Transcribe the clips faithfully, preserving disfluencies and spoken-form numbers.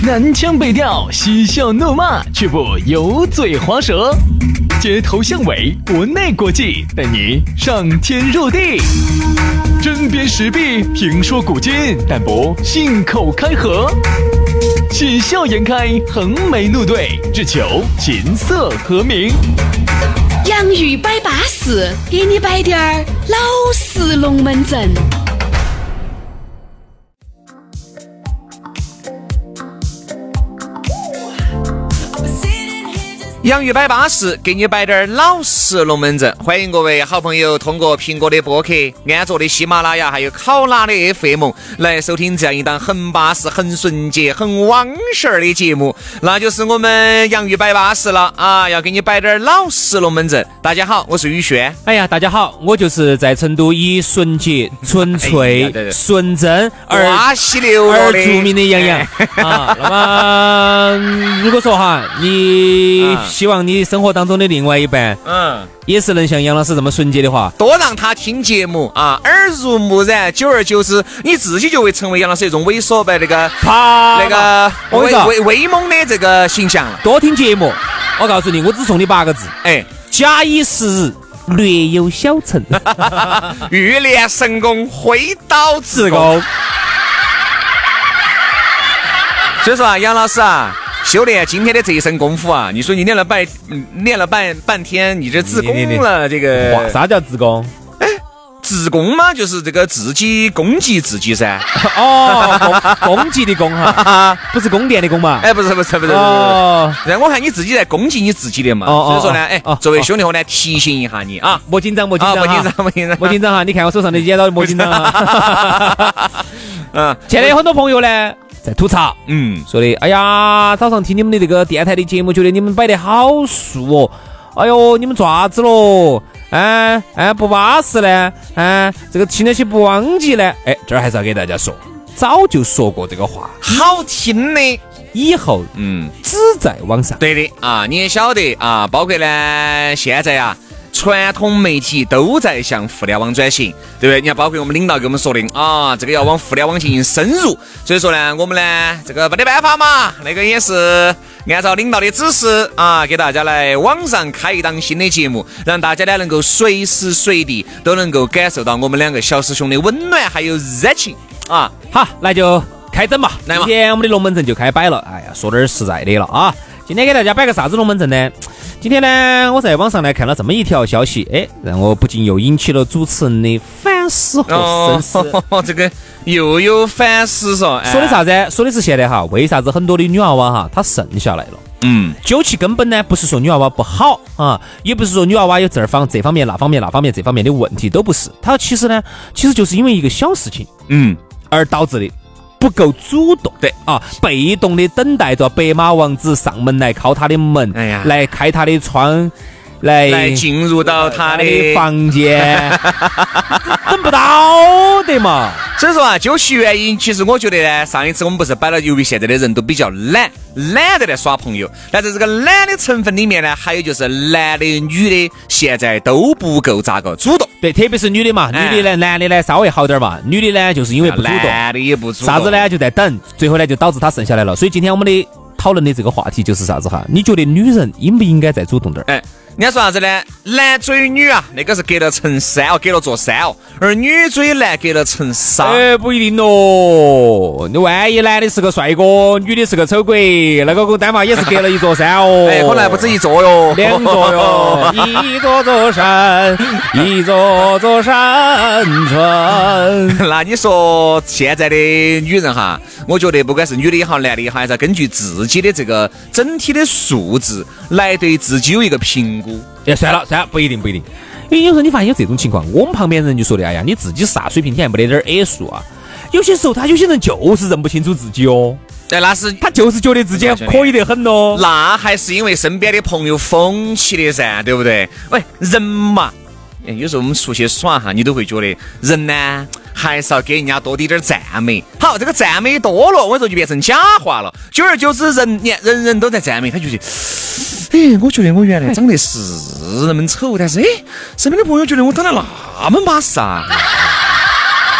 南腔北调，嬉笑怒骂，却不油嘴滑舌。街头巷尾，国内国际，带你上天入地。针砭时弊，评说古今，但不信口开河。喜笑颜开，横眉怒对，只求琴瑟和鸣。 洋芋摆巴士，给你摆点儿老式龙门阵。 洋芋摆巴士，给你摆点老实龙门阵。欢迎各位好朋友通过苹果的播客、安卓的喜马拉雅还有考拉的 F M 来收听这样一档很巴适、很纯洁、很网事儿的节目，那就是我们洋芋摆巴士了啊！要给你摆点老实龙门阵。大家好，我是宇轩。 哎呀，大家好，我就是在成都以纯洁、纯粹、哎、纯真而哇西流而著名的杨洋啊。那么，如果说哈，你、啊希望你生活当中的另外一半，嗯，也是能像杨老师这么纯洁的话， 多让他听节目啊，耳濡目染，久而久之，你自己就会成为杨老师一种猥琐的那个那个威威威猛的这个形象了。 多听节目，我告诉你，我只送你八个字，哎，假以时日，略有小成， 欲练神功，挥刀自宫。所以说啊，杨老师啊。修炼今天的这一身功夫啊，你说你练了半练了半半天，你这自宫了这个？ 哇，啥叫自宫？ 哎，自宫嘛，就是这个自己攻击自己噻。 哦，攻攻击的攻哈，不是宫殿的宫嘛？ 哎，不是不是不是。哦，然后我看你自己在攻击你自己的嘛。哦，所以说呢，哎，作为兄弟伙呢，提醒一下你啊， 莫紧张，莫紧张， 莫紧张，莫紧张， 莫紧张哈！你看我手上的剪刀，莫紧张哈。嗯，现在有很多朋友呢。在吐槽，嗯，说的，哎呀，早上听你们的这个电台的节目，觉得你们摆得好素哦，哎呦，你们爪子喽，哎哎，不巴适呢，哎，这个听那些不忘记呢，哎，这儿还是要给大家说，早就说过这个话， 好听的， 以后，嗯，只在网上。 对的啊，你也晓得啊，包括呢，现在啊。传统媒体都在向互联网转型，对不对？你看，包括我们领导给我们说的啊，这个要往互联网进行深入。所以说呢，我们呢，这个没得办法嘛，那个也是按照领导的指示啊，给大家来网上开一档新的节目，让大家呢能够随时随地都能够感受到我们两个小师兄的温暖还有热情啊。 好，那就开整吧。 来嘛， 今天我们的龙门阵就开摆了。哎呀，说点实在的了啊。今天给大家摆个啥子龙门阵呢？今天呢，我在网上呢看了这么一条消息，哎，让我不禁又引起了主持人的反思和深思。 哦，这个又有反思说， 哎、说的啥子？说的是现在哈，为啥子很多的女娃娃哈，她生下来了？嗯，究其根本呢，不是说女娃娃不好啊，也不是说女娃娃有这儿方这方面那方面那方面这方面的问题，都不是。她其实呢，其实就是因为一个小事情，嗯，而导致的。不够主动， 对啊，被动的等待着白马王子上门来敲他的门，哎呀，来开他的窗，来来进入到他的房间，等不到的嘛。 所以说啊，究其原因，其实我觉得呢，上一次我们不是摆了，由于现在的人都比较懒，懒得来耍朋友。那在这个懒的成分里面呢，还有就是男的、女的现在都不够咋个主动。 对，特别是女的嘛，哎、女的呢，男的呢稍微好点嘛，女的呢就是因为不主动， 男的也不主动， 啥子呢就在等，最后呢就导致他剩下来了。所以今天我们的讨论的这个话题就是啥子哈？你觉得女人应不应该再主动点？ 哎。人家说啥子呢？男追女啊，那个是隔了层山哦，隔了座山哦，而女追男隔了层沙。 哎，不一定哦。你万一男的是个帅哥，女的是个丑鬼，那个跟丹嘛也是隔了一座山哦。 哎，可能不止一座哟， 两座哟，一座座山，一座座山川。 那你说现在的女人哈，我觉得不管是女的也好，男的也好，还是要根据自己的这个整体的素质来对自己有一个评估。 哎，算了算了，不一定不一定，因为有时候你发现有这种情况，我们旁边人就说的，哎呀，你自己啥水平，你还没得点矮数啊。有些时候他有些人就是认不清楚自己哦。 对，那是他就是觉得自己可以得很哦。 那还是因为身边的朋友疯起的噻，对不对？喂，人嘛，有时候我们出去耍哈，你都会觉得人呢还是要给人家多滴点赞美。好，这个赞美多了，我说就变成假话了。久而久之，人人人都在赞美，他就觉得，哎，我觉得我原来长得是那么丑，但是哎，身边的朋友觉得我长得那么巴适啊。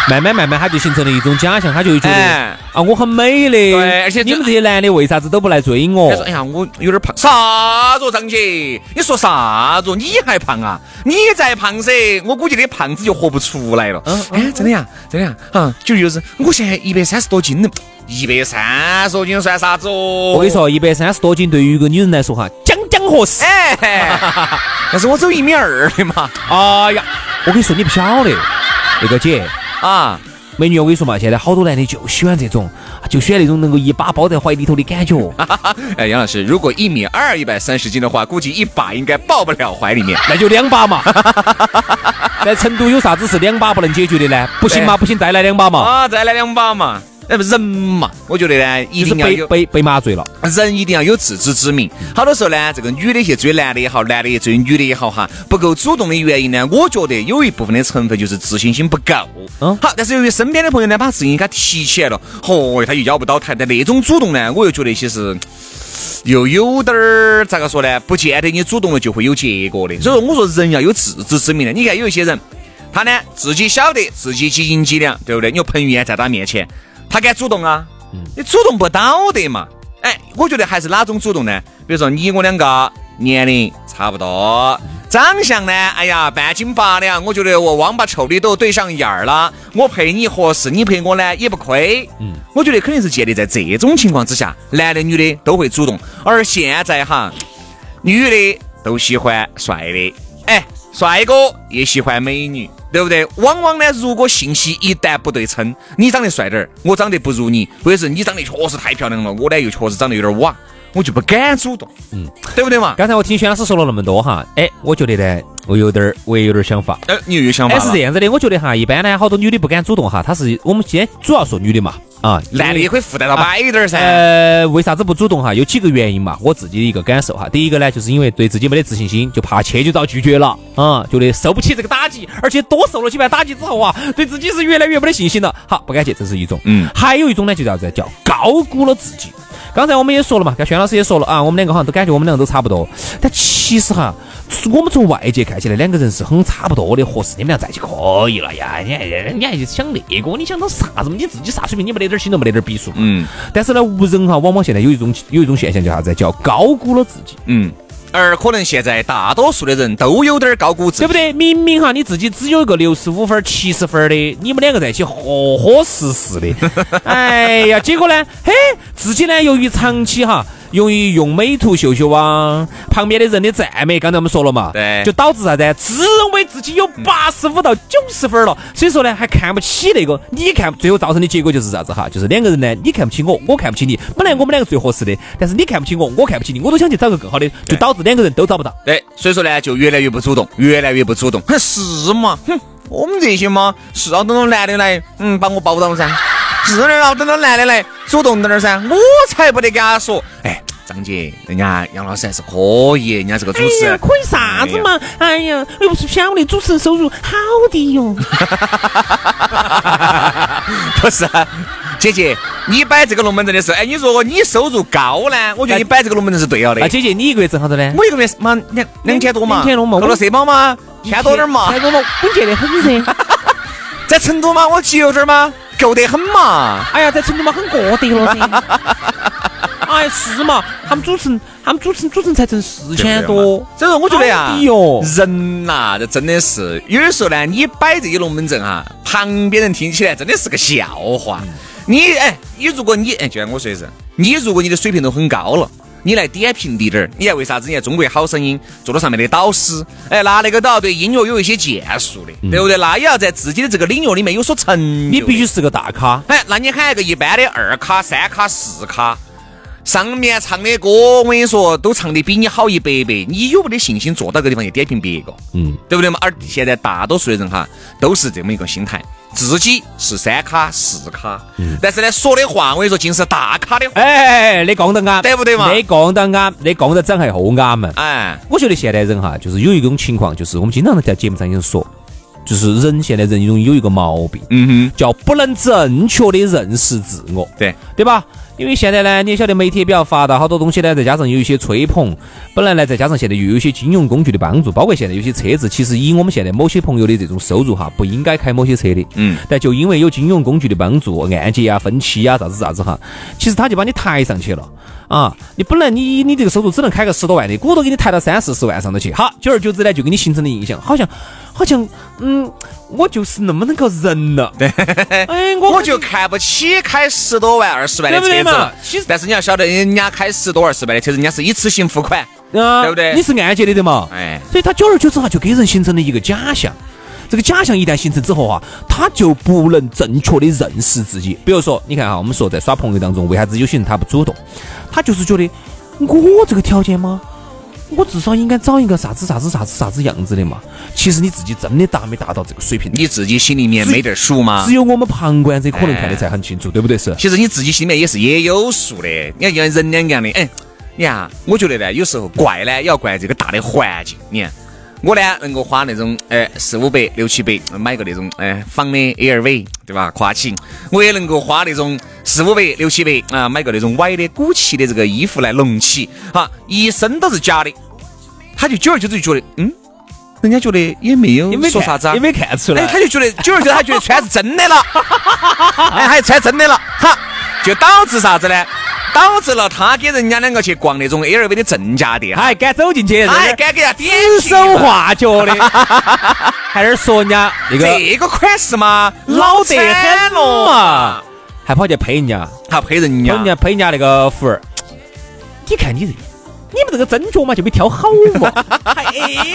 慢慢慢慢他就形成了一种假象，他就会觉得、 哎、 啊我很美的， 对，而且你们这些男的为啥子都不来追我？ 他说哎呀我有点胖，啥子张姐？你说啥子？你还胖啊？你再胖噻，我估计这胖子就活不出来了。嗯，哎，真的呀，真的呀，啊，就就是我现在一百三十多斤了。一百三十多斤算啥子哦？ 我跟你说，一百三十多斤对于一个女人来说哈，将将合适。 哎，但是我只有一米二的嘛。 哎呀，我跟你说，你不晓得，那个姐啊， 美女，我跟你说嘛，现在好多男的就喜欢这种，就喜欢那种能够一把抱在怀里头的感觉。 哎，杨老师，如果一米二、一百三十斤的话，估计一把应该抱不了怀里面， 那就两把嘛。在成都有啥子是两把不能解决的呢？不行嘛，不行，再来两把嘛。 啊，再来两把嘛。那么人嘛，我觉得呢，一定要有被被被麻醉了。 人一定要有自知之明。好多时候呢，这个女的去追男的也好，男的去追女的也好，哈，不够主动的原因呢，我觉得有一部分的成分就是自信心不够。嗯，好，但是由于身边的朋友呢，把自信心给他提起来了，嚯，他又要不到台的那种主动呢，我又觉得其实又有点儿咋个说呢，不见得你主动了就会有结果的。所以说，我说人要有自知之明的。你看有一些人，他呢自己晓得自己几斤几两，对不对？你有彭于晏在他面前。他敢主动啊？你主动不到的嘛？哎，我觉得还是哪种主动呢？比如说你我两个年龄差不多，长相呢，哎呀半斤八两，我觉得我王八臭里都对上眼儿了，我配你合适，你配我呢也不亏。嗯，我觉得肯定是建立在这种情况之下，男的女的都会主动。而现在哈，女的都喜欢帅的，哎，帅哥也喜欢美女。对不对？往往呢，如果信息一旦不对称，你长得帅点儿，我长得不如你，或者是你长得确实太漂亮了，我呢又确实长得有点瓦，我就不敢主动，嗯，对不对嘛？ 刚才我听轩老师说了那么多哈，哎，我觉得呢，我有点，我也有点想法。 呃，你又有想法？ 哎，是这样子的，我觉得哈，一般呢，好多女的不敢主动哈，她是我们今天主要说女的嘛。啊， 男的也可以附带到摆一点噻。 呃，为啥子不主动哈？有几个原因嘛，我自己的一个感受哈。第一个呢，就是因为对自己没得自信心，就怕去就遭拒绝了啊，觉得受不起这个打击，而且多受了几盘打击之后啊，对自己是越来越没得信心了。好，不敢去，这是一种。嗯，还有一种呢，就叫做叫高估了自己。刚才我们也说了嘛，跟轩老师也说了啊，我们两个好像都感觉我们两个都差不多，但其实哈，我们从外界看起来两个人是很差不多的，合适你们俩在一起可以了呀。你还你还想那个，你想到啥子嘛？你自己啥水平？你没得点心都没得点逼数。嗯。但是呢，人哈，往往现在有一种有一种现象叫啥子？叫高估了自己。嗯。 而可能现在大多数的人都有点高估自己， 对不对？明明哈你自己只有一个六十五分、七十分的，你们两个在一起合合适适的，哎呀，结果呢，嘿，自己呢由于长期哈。由于用美图秀秀啊，旁边的人的赞美，刚才我们说了嘛， 对， 就导致啥子？自认为自己有八十五到九十分了，所以说呢，还看不起那个，你看，最后造成的结果就是啥子哈？就是两个人呢，你看不起我，我看不起你，本来我们两个最合适的，但是你看不起我，我看不起你，我都想去找个更好的，就导致两个人都找不到。 对，所以说呢，就越来越不主动，越来越不主动。哼，是嘛？哼，我们这些嘛，是要等到男的来，嗯，把我抱到噻，是要等到男的来主动点噻，我才不得给他说，哎。张姐，人家杨老师还是可以，人家这个主持人、 哎、可以啥子嘛？哎呀，又不是晓得主持人收入好低哟。 不是，姐姐，你摆这个龙门阵的时候，哎，你如果你收入高呢，我觉得你摆这个龙门阵是对了的。 啊，姐姐，你一个月挣好多呢？ 我一个月嘛两两千多嘛， 两千多嘛， 扣了社保嘛，千多点嘛， 千多嘛，稳健得很噻。 在成都嘛，我节油点嘛，够得很嘛。 哎呀，在成都嘛，很过得了噻。哎，是嘛？他们主持人，他们主持人，主持人才挣四千多。 所以说，我觉得呀，人呐，这真的是有的时候呢，你摆这些龙门阵哈，旁边人听起来真的是个笑话。嗯、你哎，你如果你哎，就像我说的是，你如果你的水平都很高了，你来点评滴点儿，你看为啥子？你看中国好声音做到上面的导师，哎，那那个都要对音乐有一些建树的，嗯、对不对？那也要在自己的这个领域里面有所成就。 你必须是个大咖。 哎，那你喊一个一般的二咖、三咖、四咖。上面唱的歌，我跟你说，都唱得比你好一百倍，你有没得信心坐到这个地方去点评别个？嗯，对不对嘛？而现在大多数的人哈，都是这么一个心态，自己是三咖四咖，嗯、但是呢，说的话我跟你说，尽是大咖的话。 哎，你讲得啱， 对不对嘛？ 你讲得啱，你讲得真係好啱嘛！ 哎， 我觉得现代人哈，就是有一种情况，就是我们经常在节目上有说。就是人现在人有有一个毛病，嗯哼，叫不能正确的认识自我， 对对吧？ 因为现在呢，你也晓得媒体也比较发达，好多东西呢，再加上有一些吹捧，本来呢，再加上现在又有一些金融工具的帮助，包括现在有些车子，其实以我们现在某些朋友的这种收入哈，不应该开某些车的，嗯，但就因为有金融工具的帮助，按揭啊、分期啊、啥子啥子哈，其实他就把你抬上去了啊！你本来你你这个收入只能开个十多万的，鼓捣给你抬到三四十万上头去，好，久而久之呢，就给你形成的印象，好像好像嗯，我就是那么那个人了， 对，哎，我我就看不起开十多万、二十万的车子了。但是你要晓得，人家开十多二十万的车子，人家是一次性付款，啊、对不对？ 你是按揭的的嘛？哎，所以他久而久之哈，就给人形成了一个假象。这个假象一旦形成之后哈，他就不能正确的认识自己。比如说，你看哈，我们说在耍朋友当中，为啥子有些人他不主动？他就是觉得我这个条件吗？我至少应该找一个啥子啥子啥子啥子样子的嘛。其实你自己真的达没达到这个水平， 你自己心里面没点数吗？ 只有我们旁观者可能看得才很清楚，哎、对不对？是。 其实你自己心里面也是也有数的。你看，人两样的，哎，你看，我觉得呢，有时候怪呢，要怪这个大的环境。你看，我呢能够花那种哎四五百、六七百买个那种哎仿的 L V， 对吧？跨骑，我也能够花那种四五百、六七百啊买个那种歪的古奇的这个衣服来隆起，哈，一身都是假的。他就久而久之就觉得，嗯，人家觉得也没有说啥子啊， 也没看出来， 哎，他就觉得久而久之他觉得穿是真的了，哎，还穿真的了，哈，就导致啥子呢？导致了他给人家两个去逛那种 L V 的正价店， 还敢走进去， 还敢给他点手画脚的，还是说人家那个这个款式嘛， 老得很嘛，还跑去配人家， 还配人家， 配人家配人家那个服儿，你看你这。你们这个真脚嘛就没挑好嘛，还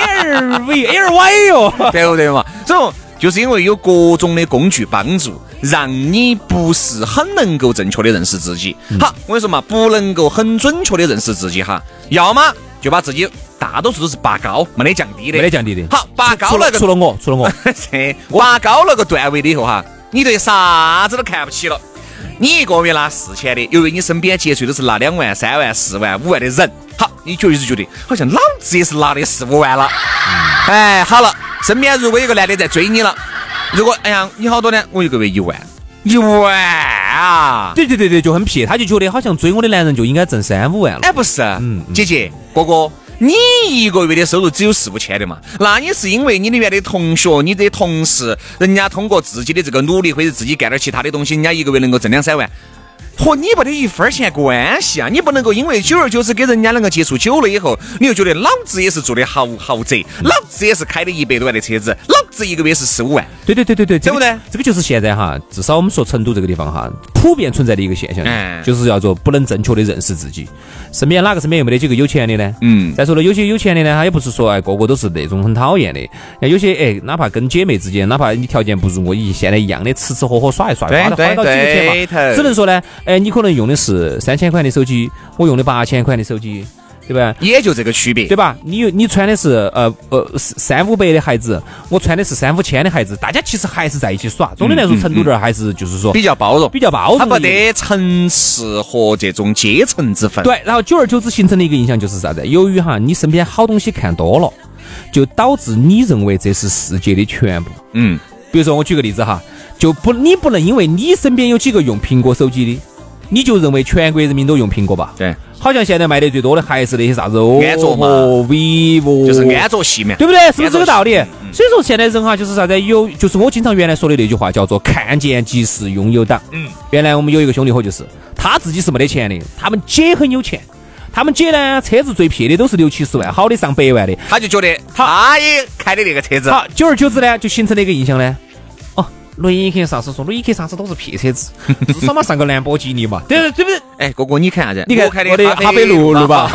L V L Y 哟， 对不对嘛？这种就是因为有各种的工具帮助，让你不是很能够正确的认识自己。嗯、好，我跟你说嘛，不能够很准确的认识自己哈，要么就把自己大多数都是拔高，没得降低的， 没得降低的。 好，拔高了个， 除了我，除了我， 拔高了个段位的以后哈，你对啥子都看不起了。你一个月拿四千的，由于你身边接触都是拿两万、三万、四万、五万的人，好，你就一直觉得好像老子也是拿的四五万了。嗯、哎，好了，身边如果有个男的在追你了，如果哎呀，你好多呢？我一个月一万，一万啊！ 对对对对，就很撇，他就觉得好像追我的男人就应该挣三五万了。 哎，不是，嗯，姐姐、哥哥。你一个月的收入只有四五千的嘛？那你是因为你里面的同学、你的同事，人家通过自己的这个努力或者自己干点其他的东西，人家一个月能够挣两三万，和你没得一分钱关系啊！你不能够因为久而久之跟人家两个接触久了以后，你就觉得老子也是做的豪豪宅，老子也是开的一百多万的车子，老子一个月是十五万。 对对对对对， 对不对？ 这个就是现在哈，至少我们说成都这个地方哈，普遍存在的一个现象，嗯、就是叫做不能正确的认识自己。身边哪个身边有没得几个有钱的呢？嗯，再说了，有些有钱的呢，他也不是说哎个个都是那种很讨厌的。有些哎，哪怕跟姐妹之间，哪怕你条件不如我，一现在一样的吃吃喝喝耍一耍，花得花到几个钱嘛。只能说呢，哎，你可能用的是三千块的手机，我用的八千块的手机。对吧？ 也就这个区别， 对吧？你你穿的是呃呃三五百的孩子，我穿的是三五千的孩子，大家其实还是在一起耍。总的来说，成都这儿还是就是说比较包容， 比较包容， 它不得层次和这种阶层之分。 对，然后久而久之形成的一个印象就是啥子？由于哈你身边好东西看多了，就导致你认为这是世界的全部。嗯，比如说我举个例子哈，就不你不能因为你身边有几个用苹果手机的，你就认为全国人民都用苹果吧？ 对。 好像现在卖的最多的还是那些啥子安卓嘛 vivo， 就是安卓系嘛， 对不对？是不是这个道理？嗯、所以说现在人哈就是啥子有，就是我经常原来说的那句话叫做看见即是拥有党。嗯，原来我们有一个兄弟伙就是他自己是没得钱的，他们姐很有钱，他们姐呢车子最撇的都是六七十万，好的上百万的， 他就觉得他也开的那个车子， 好，久而久之呢就形成了一个印象呢。雷克萨斯说雷克萨斯都是撇车子，至少嘛上个兰博基尼嘛，对对不对？ 哎，哥哥你看啥子？ 你看我的哈飞路路吧，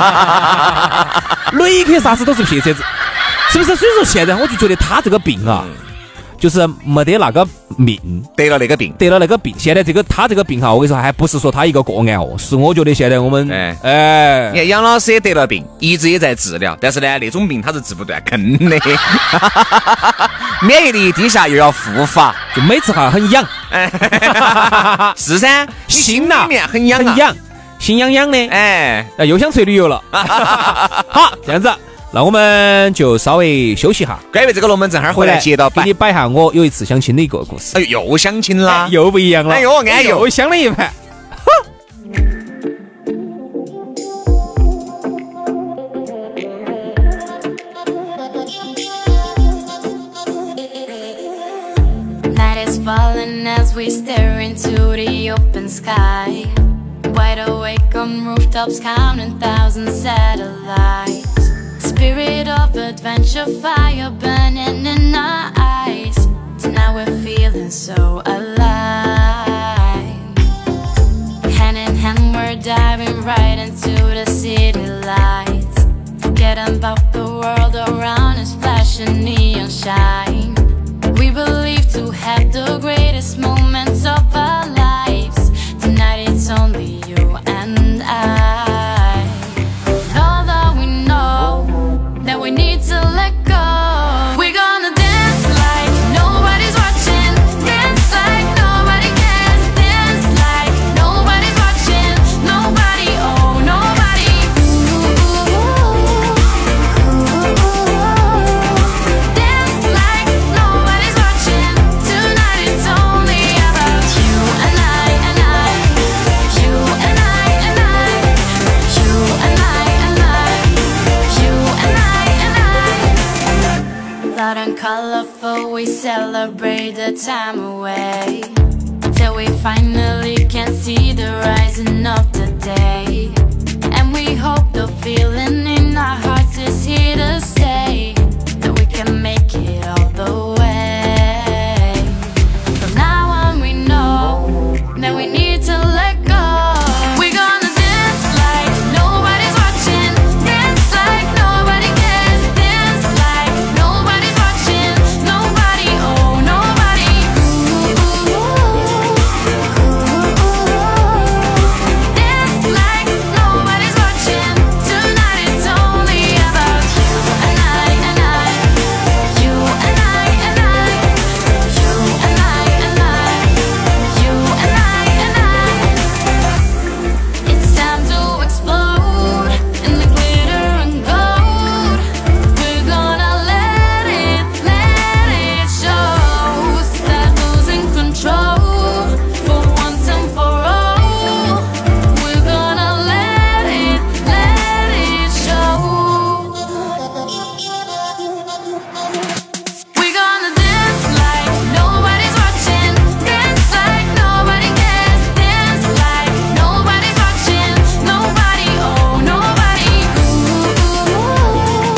雷克萨斯都是撇车子，是不是？所以说现在我就觉得他这个病啊，就是没得那个命， 得了那个病， 得了那个病。现在这个他这个病哈，我跟你说还不是说他一个个案哦，是我觉得现在我们哎哎，你看杨老师也得了病，一直也在治疗，但是呢那种病他是治不断根的。免疫力低下又要复发， 就每次哈很痒， 是噻，心里面很痒、啊， 很痒，心痒痒的， 哎， 又想出去旅游了。好，这样子，那我们就稍微休息哈。 关于这个龙门阵，哈回来接到给你摆下我有一次相亲的一个故事。 哎呦，又相亲啦、 哎，又不一样了。 哎呦，哎呦， 又相了一盘。 we stare into the open sky. Wide awake on rooftops, counting thousand satellites. Spirit of adventure, fire burning in our eyes. Tonight we're feeling so alive. Hand in hand we're diving right into the city lights. Forgetting about the world around us, flashing neon shine. We believe to have the greatest moments of our lives. Tonight it's only you and I. All that we know, that we need to let go. We're gonna dance like nobody's watching. Dance like nobody cares. Dance like nobody's watching. Nobody, oh nobody. Ooh, ooh, dance like nobody's watching. Tonight it's only about you and I and I. You and I and I. You and I and I. You and I and I. Loud and colorful, we celebrate the time away till we finally can see the rising of the day. And we hope the feeling in our hearts is here to stay, that we can make it all the way. From now on we know that we need to let go. We're gonna dance like nobody's watching. Dance like nobody cares. Dance like nobody's watching. Nobody, oh nobody. Ooh, dance like nobody's watching. Tonight it's only about you and I and I. You and I and I. You and I and I. You and I and I. It's time to explode in the glitter and gold. We're gonna let it, let it show. Start losing control for once and for all. We're gonna let it, let it show. We're gonna dance like nobody's watching. Dance like nobody cares. Dance like nobody's watching. Nobody, oh nobody. Ooh,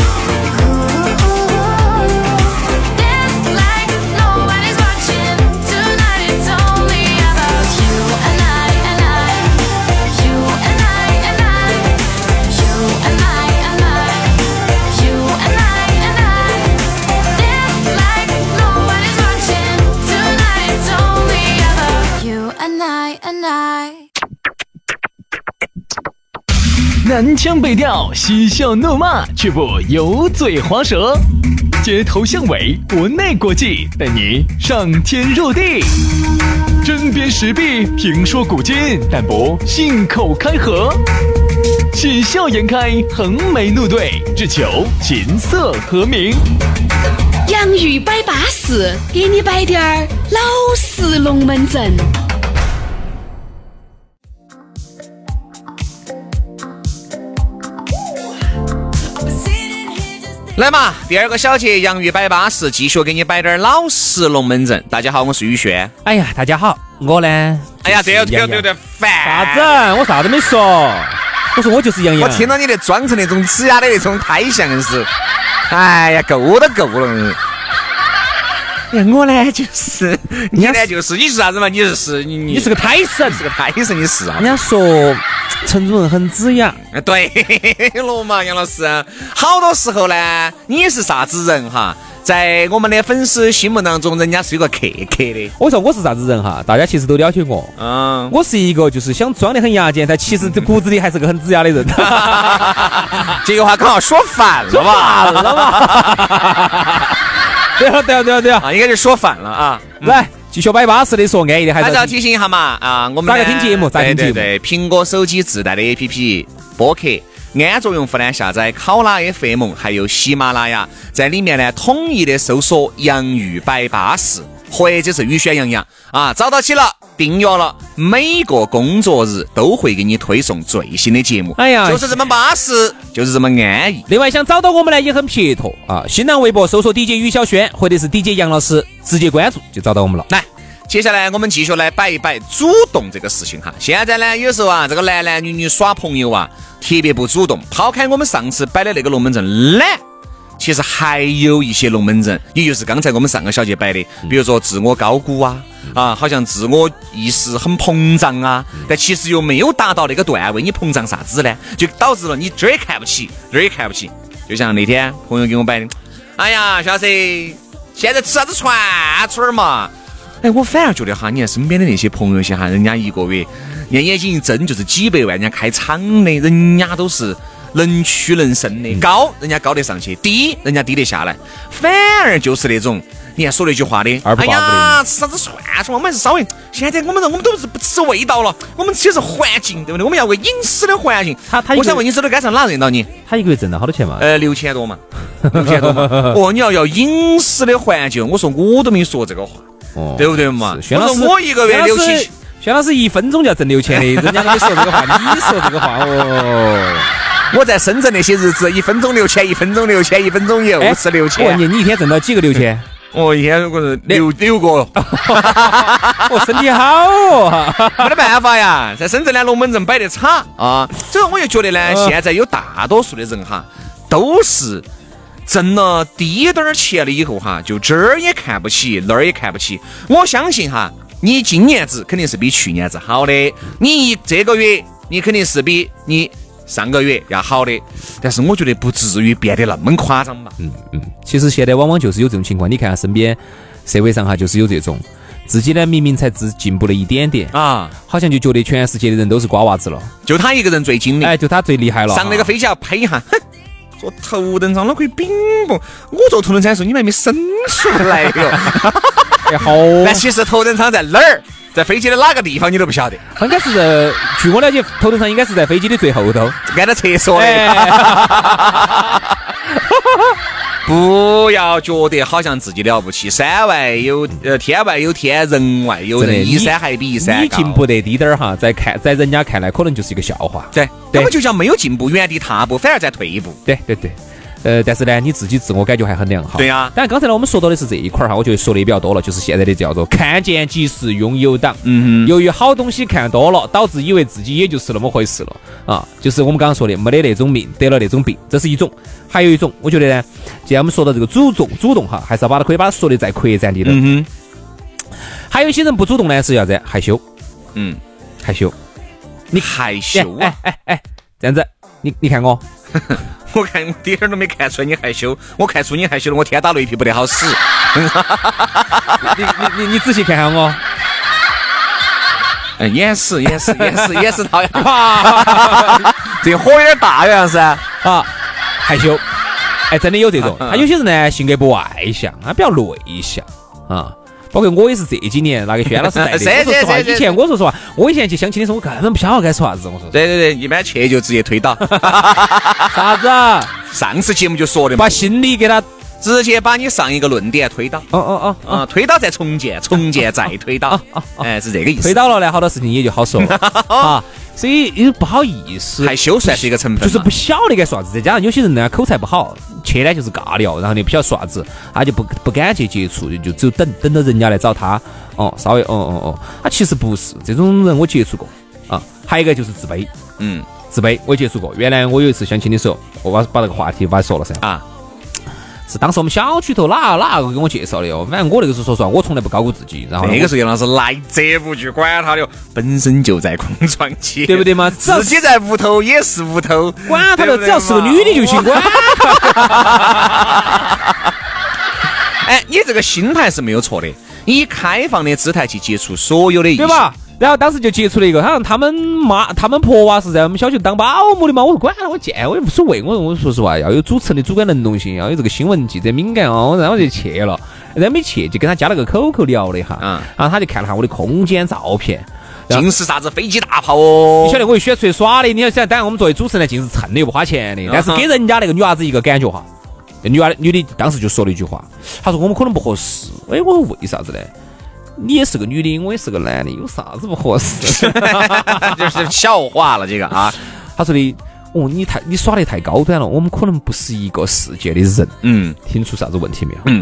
dance like nobody's watching. Tonight it's only about you and I and I. You and I and I. You and I and I. You and I and I. Dance like nobody's watching. Tonight it's only about you and I and I. 南腔北调，嬉笑怒骂，却不油嘴滑舌，街头巷尾，国内国际，带你上天入地，针砭时弊，评说古今，但不信口开河，喜笑颜开，横眉怒对，只求琴瑟和鸣。 洋芋摆巴士，给你摆点儿老式龙门阵。 来嘛，第二个小节洋芋摆巴士，继续给你摆点老实龙门阵。大家好，我是宇轩。 哎呀，大家好，我呢？ 哎呀，对了对了对了，烦啥子？我啥都没说，我说我就是杨洋。 我听到你的装成那种呲牙的那种胎相是，哎呀，够都够了。我呢就是，你呢就是，你是啥子嘛？你是你你你是个胎神， 是个胎神，你是啊？ 人家说陈主任很子雅， 对了嘛，杨老师，好多时候呢，你是啥子人哈？在我们的粉丝心目当中，人家是有个客客的。 我说我是啥子人哈？大家其实都了解我，嗯，我是一个就是想装得很牙尖，但其实骨子里还是个很子雅的人。 这个话刚好说反了吧？ 了嘛？对啊对啊对啊对啊， 啊，应该是说反了啊！ 来，继续摆巴适的说，安逸的还是要提醒一下嘛啊！我们咋个听节目？咋听节目？ 对对对，苹果手机自带的 A P P 播客，安卓用户呢下载考拉 F M， 还有喜马拉雅，在里面呢统一的搜索洋芋摆巴士，或者是宇轩洋洋啊，找到起了，订阅了，每个工作日都会给你推送最新的节目。 哎呀， 就是这么巴适，就是这么安逸。 另外想找到我们呢也很撇脱啊，新浪微博搜索 D J 于小轩或者是 D J 杨老师，直接关注就找到我们了。 来， 接下来我们继续来摆一摆主动这个事情哈。现在呢，有时候啊，这个男男女女耍朋友啊，特别不主动。抛开我们上次摆的那个龙门阵懒，其实还有一些龙门阵，也就是刚才我们上个小节摆的，比如说自我高估啊，啊，好像自我意识很膨胀啊，但其实又没有达到那个段位，你膨胀啥子呢？就导致了你这儿也看不起，那儿也看不起。就像那天朋友给我摆的，哎呀，小噻，现在吃啥子串串儿嘛？哎，我反而觉得哈，你看身边的那些朋友些哈，人家一个月，人家眼睛一睁就是几百万，人家开厂的，人家都是能屈能伸的，高人家高得上去，低人家低得下来，反而就是那种你看说那句话的，哎呀，吃啥子串串，我们还是稍微现在我们我们都是不吃味道了，我们吃的是环境，对不对？我们要为饮食的环境。他他我想问你，这都该上哪认到你？ 他一个月挣了好多钱嘛？ 呃，六千多嘛，六千多嘛。哦，你要要饮食的环境，我说我都没说这个话。哦，对不对嘛？我说我一个月六七， 薛老师一分钟就要挣六千的，人家没说这个话，你说这个话哦。 我在深圳那些日子，一分钟六千，一分钟六千，一分钟又是六千。 我问你，你一天挣到几个六千？ 我一天如果是六六个， 我身体好哦， 没得办法呀，在深圳呢龙门阵摆得差啊，所以我就觉得呢，现在有大多数的人哈，都是。挣了低点儿钱了以后哈，就这儿也看不起，那儿也看不起。我相信哈，你今年子肯定是比去年子好的，你这个月你肯定是比你上个月要好的，但是我觉得不至于变得那么夸张吧。 嗯嗯，其实现在往往就是有这种情况，你看下身边社会上哈，就是有这种自己呢明明才只进步了一点点啊，好像就觉得全世界的人都是瓜娃子了， 就他一个人最精明， 哎，就他最厉害了， 上那个飞机要拍一下，哼。坐头等舱那可以冰不？我坐头等舱的时候，你们还没生出来哟。 哎，好。 但其实头等舱在哪儿？在飞机的哪个地方你都不晓得。 应该是在，据我了解，头等舱应该是在飞机的最后头， 挨着厕所的。哎、不要觉得好像自己了不起，山外有呃天外有天，人外有人，一山还比一山高。 你进步得低点儿哈，在看在人家看来可能就是一个笑话。 对，根本就叫没有进步，原地踏步，反而在退一步。 对对对。呃，但是呢，你自己自我感觉还很良好。 对呀、啊。 但刚才呢，我们说到的是这一块儿哈，我觉得说的也比较多了，就是现在的叫做看见即是拥有党。嗯哼。由于好东西看多了，导致以为自己也就是那么回事了啊，就是我们刚刚说的没得那种命，得了那种病，这是一种。还有一种，我觉得呢，既然我们说到这个主动，主动哈，还是要把它可以把它说的再扩展一点。嗯哼。还有一些人不主动呢，是要在害羞。嗯，害羞。 你害羞啊？ 哎哎哎，这样子，你你看我。 我看我一点都没看出来你害羞，我看出你害羞了，我天打雷劈不得好使。 你你你你仔细看看我， 嗯，也是也是也是也是讨厌。这火有点大样是啊， 害羞。哎，真的有这种。他有些人呢，性格不外向，他比较内向啊。包括我也是这几年那个轩老师带的。我说实话，以前我说实话，我以前去相亲的时候，我根本不晓得该说啥子。我说， 对对对，一般去就直接推倒。 啥子？ 上次节目就说的嘛， 把心理给他直接把你上一个论点推倒。 哦哦哦啊，推倒再重建，重建再推倒。哎，是这个意思。 推倒了呢，好多事情也就好说啊。所以又不好意思， 害羞算是一个成分， 就是不晓得该说啥子。再加上有些人呢口才不好，去呢就是尬聊，然后呢不晓得说啥子，他就不不敢去接触，就只有等等到人家来找他。哦，稍微哦哦哦，他其实不是这种人，我接触过啊。还有一个就是自卑，嗯，自卑我接触过。原来我有一次相亲的时候，我把把这个话题把它说了噻啊。是当时我们小区头哪哪个给我介绍的哟？反正我那个时候说实话，我从来不高估自己。然后那个时候杨老师来者不拒，管他的，本身就在空窗期， 对不对嘛？ 自己在屋头也是屋头， 管他的，只要是个女的就行，管。 哎，你这个心态是没有错的，以开放的姿态去接触所有的异性， 对吧？然后当时就接触了一个，好像他们妈、他们婆娃是在我们小区当保姆的嘛。我说管了，我见我也无所谓。我说我说实话，要有主持人的主观能动性，要有这个新闻记者敏感哦。然后我就去了，然后没去就跟他加了个 Q Q 聊了一下，嗯，然后他就看了下我的空间照片， 尽是啥子飞机大炮哦。 你晓得我又选出来耍的，你要想，当然我们作为主持人呢，尽是蹭的又不花钱的，但是给人家那个女娃子一个感觉哈，女娃女的当时就说了一句话，她说我们可能不合适。哎，我说为啥子呢？你也是个女的，我也是个男的，有啥子不合适？ 就是笑话了这个啊。 他说的，哦，你太你耍得太高端了，我们可能不是一个世界的人。嗯，听出啥子问题没有？ 嗯，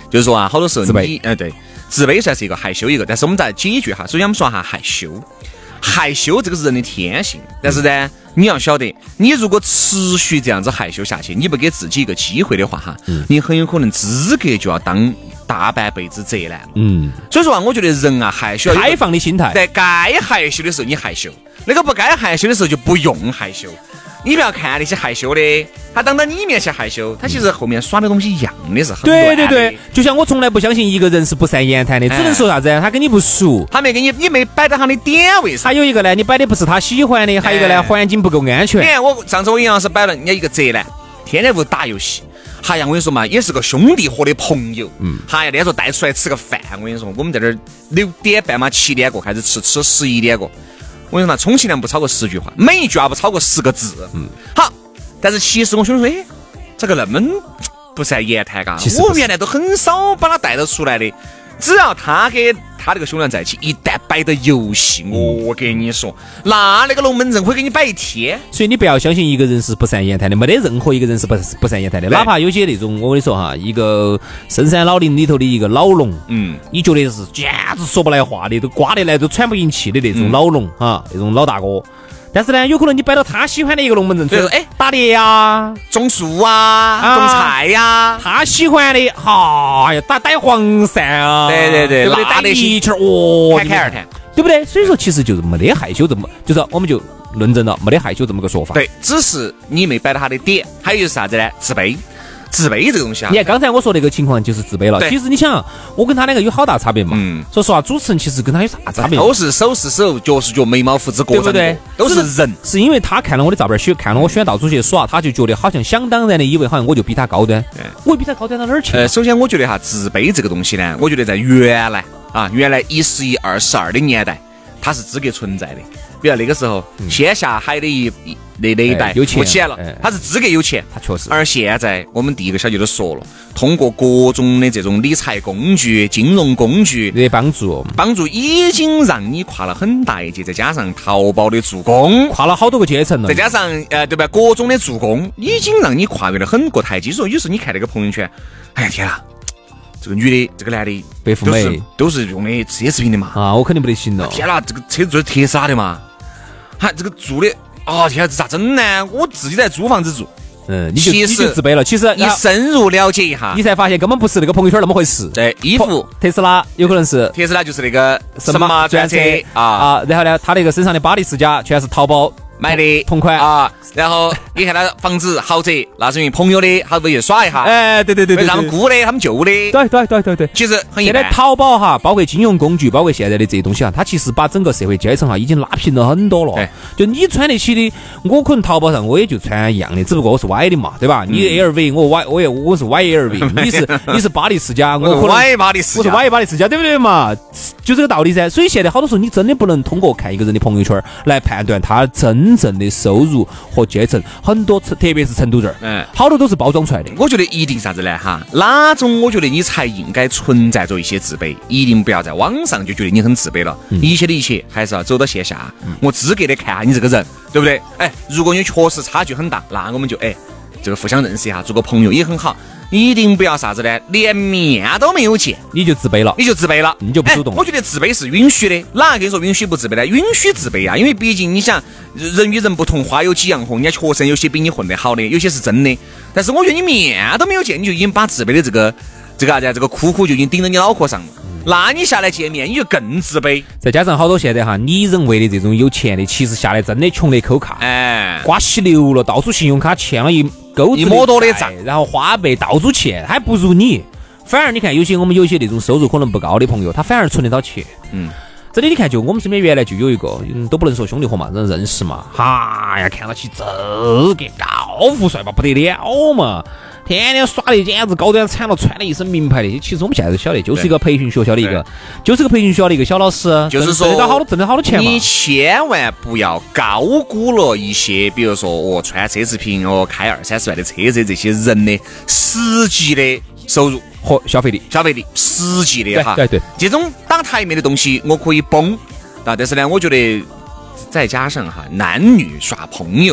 就是说啊，好多时候自卑你，呃，对，自卑算是一个，害羞一个，但是我们再解决哈。首先我们说哈害羞，害羞这个是人的天性，但是呢，你要晓得，你如果持续这样子害羞下去，你不给自己一个机会的话哈，你很有可能资格就要当大半辈子宅男。嗯，所以说啊，我觉得人啊害羞， 开放的心态， 在该害羞的时候你害羞，那个不该害羞的时候就不用害羞。你不要看那些害羞的，他当到你面前害羞，他其实后面耍的东西一样的是很对对对，就像我从来不相信一个人是不善言谈的，只能说啥子？他跟你不熟， 他没给你，你没摆到他的点位上。 还有一个呢，你摆的不是他喜欢的，还有一个呢，环境不够安全。 你看我上次我杨老师摆了人家一个宅男，天天不打游戏。哎呀，我跟你说嘛，也是个兄弟伙的朋友。嗯，哎呀，那时候带出来吃个饭，我跟你说，我们在这儿六点半嘛，七点过开始吃，吃十一点过。我跟你说嘛，充其量不超过十句话，每一句话不超过十个字。嗯，好。但是其实我兄弟说，哎，这个那么不善言谈嘎，我原来都很少把他带得出来的。只要他跟他那个兄弟在一起，一旦摆的游戏，我跟你说，那那个龙门阵会给你摆一天。 所以你不要相信一个人是不善言谈的，没得任何一个人是不不善言谈的。哪怕有些那种，我跟你说哈，一个深山老林里头的一个老龙，嗯，你觉得是简直说不来话的，都刮得来都喘不进气的那种老龙啊，那种老大哥。但是呢，有可能你摆到他喜欢的一个龙门阵， 比如说哎打猎呀、 种树啊、啊种菜呀、啊， 他喜欢的，哈呀打逮黄鳝啊， 对对对， 对不对？打一圈哦， 侃侃而谈， 对不对？所以说，其实就是没得害羞这么，就是我们就论证了没得害羞这么个说法。 对，只是你没摆到他的点，还有就是啥子呢？自卑。自卑这个东西啊， 你看刚才我说那个情况就是自卑了。其实你想，我跟他两个有好大差别嘛。嗯。说实话，主持人其实跟他有啥差别？ 都是手是手，脚是脚，眉毛胡子各种，对不对？都是人。 是因为他看了我的照片，选看了我选到处去耍，他就觉得好像想当然的以为好像我就比他高端。我比他高端到哪儿去？ 呃，首先我觉得哈，自卑这个东西呢，我觉得在原来啊，原来一十一、二十二的年代，它是资格存在的。比如那个时候，先下海的一那那一代有钱有钱了，他是资格有钱， 他确实。 而现在我们第一个小节都说了，通过各种的这种理财工具、金融工具的帮助， 帮助已经让你跨了很大一截，再加上淘宝的助攻， 跨了好多个阶层了， 再加上呃对吧，各种的助攻，已经让你跨越了很多台阶。所以有时候你看那个朋友圈，哎呀天啊！这个女的，这个男的， 白富美都是用的奢侈品的嘛？ 啊，我肯定不得行了。 天哪，这个车子就是特斯拉的嘛？哈，这个住的，啊，天啊，这咋整呢？我自己在租房子住。 嗯，你就你就自卑了。其实你深入了解一下， 你才发现根本不是那个朋友圈那么回事。 对，衣服特斯拉有可能是特斯拉就是那个什么专车啊啊，然后呢，他那个身上的巴黎世家全是淘宝买的同款啊。然后你看他房子豪宅，那是因为朋友的，他回去耍一下。 哎，对对对对， 他们姑的，他们舅的。 对对对对对， 其实很一般。 现在淘宝哈，包括金融工具，包括现在的这些东西哈，它其实把整个社会阶层哈已经拉平了很多了。就你穿得起的，我可能淘宝上我也就穿一样的，只不过我是 Y 的嘛，对吧？你 L V， 我 Y， 我也我是 Y L V， 你是你是巴黎世家，我可能 Y 巴黎世家， 我是 Y 巴黎世家，对不对嘛？就这个道理噻。所以现在好多时候你真的不能通过看一个人的朋友圈来判断他真正的收入和阶层。很多特别是成都这儿，嗯，好多都是包装出来的。 我觉得一定啥子呢？哈，哪种我觉得你才应该存在着一些自卑，一定不要在网上就觉得你很自卑了。嗯、一切的一切还是要走到线下，嗯、我资格的看下你这个人，对不对？哎，如果你确实差距很大，那我们就哎，这个互相认识一下，做个朋友也很好。一定不要啥子呢，连面都没有见， 你就自卑了， 你就自卑了， 你就不主动、哎。 我觉得自卑是允许的，哪个跟你说允许不自卑呢？允许自卑啊，因为毕竟你想，人与人不同，花有几样红，人家确实有些比你混得好的，有些是真的。但是我觉得你面都没有见，你就已经把自卑的这个这个啥子这个哭哭就已经顶到你脑壳上了。那你下来见面，你就更自卑。 再加上好多现在哈，你认为的这种有钱的，其实下来真的穷得抠卡， 哎， 刮稀流了，到处信用卡欠了一钩子一摸多的账， 然后花呗到处欠，还不如你。反而你看，有些我们有些那种收入可能不高的朋友，他反而存得到钱。嗯，这里你看，就我们身边原来就有一个，嗯、都不能说兄弟伙嘛，认认识嘛。哈呀，看到起这个高富帅吧，不得了嘛。天天耍的简直高端惨了，穿了一身名牌的。其实我们现在都晓得，就是一个培训学校的一个，就是个培训学校的一个小老师， 就是说挣到好多挣到好多钱嘛。 你千万不要高估了一些，比如说哦，穿奢侈品哦，开二三十万的车子这些人的实际的收入和消费力， 消费力实际的哈。 对对对， 这种打台面的东西我可以崩啊，但是呢，我觉得再加上哈，男女耍朋友。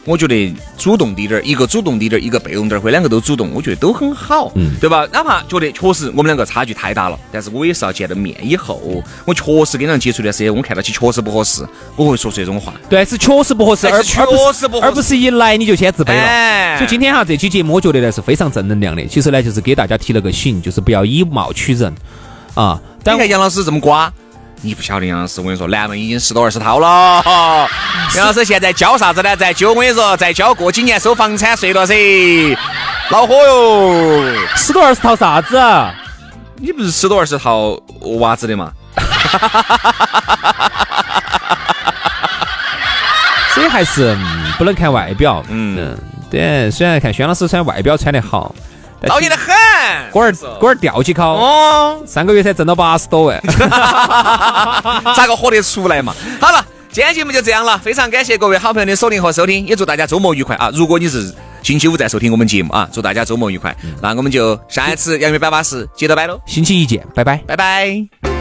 我觉得主动滴点儿，一个主动滴点儿，一个被动点儿，或两个都主动，我觉得都很好，嗯，对吧？哪怕觉得确实我们两个差距太大了，但是我也是要见了面以后，我确实跟人接触的时候，我看到起确实不合适，我会说出这种话。 对，是确实不合适，而确实不合适， 而不是一来你就先自卑了。 哎、 所以今天哈这期节目，我觉得呢是非常正能量的。其实呢，就是给大家提了个醒，就是不要以貌取人啊。 你看杨老师这么瓜。你不晓得杨老师，我跟你说，男人已经十多二十套了。杨老师现在教啥子呢？在教我跟你说，在教过几年收房产税了噻，恼火哟！ 十多二十套啥子啊？ 你不是十多二十套娃子的吗？ 所以还是、嗯、不能看外表。嗯，嗯对，虽然看轩老师穿外表穿得好。 讨厌得很， 龟儿龟儿吊起考哦，三个月才挣到八十多万， 咋个活得出来嘛？好了，今天节目就这样了，非常感谢各位好朋友的锁定和收听，也祝大家周末愉快啊！如果你是星期五在收听我们节目啊，祝大家周末愉快。嗯、那我们就下一次洋芋摆巴士接着摆喽， 星期一见，拜拜， 拜拜。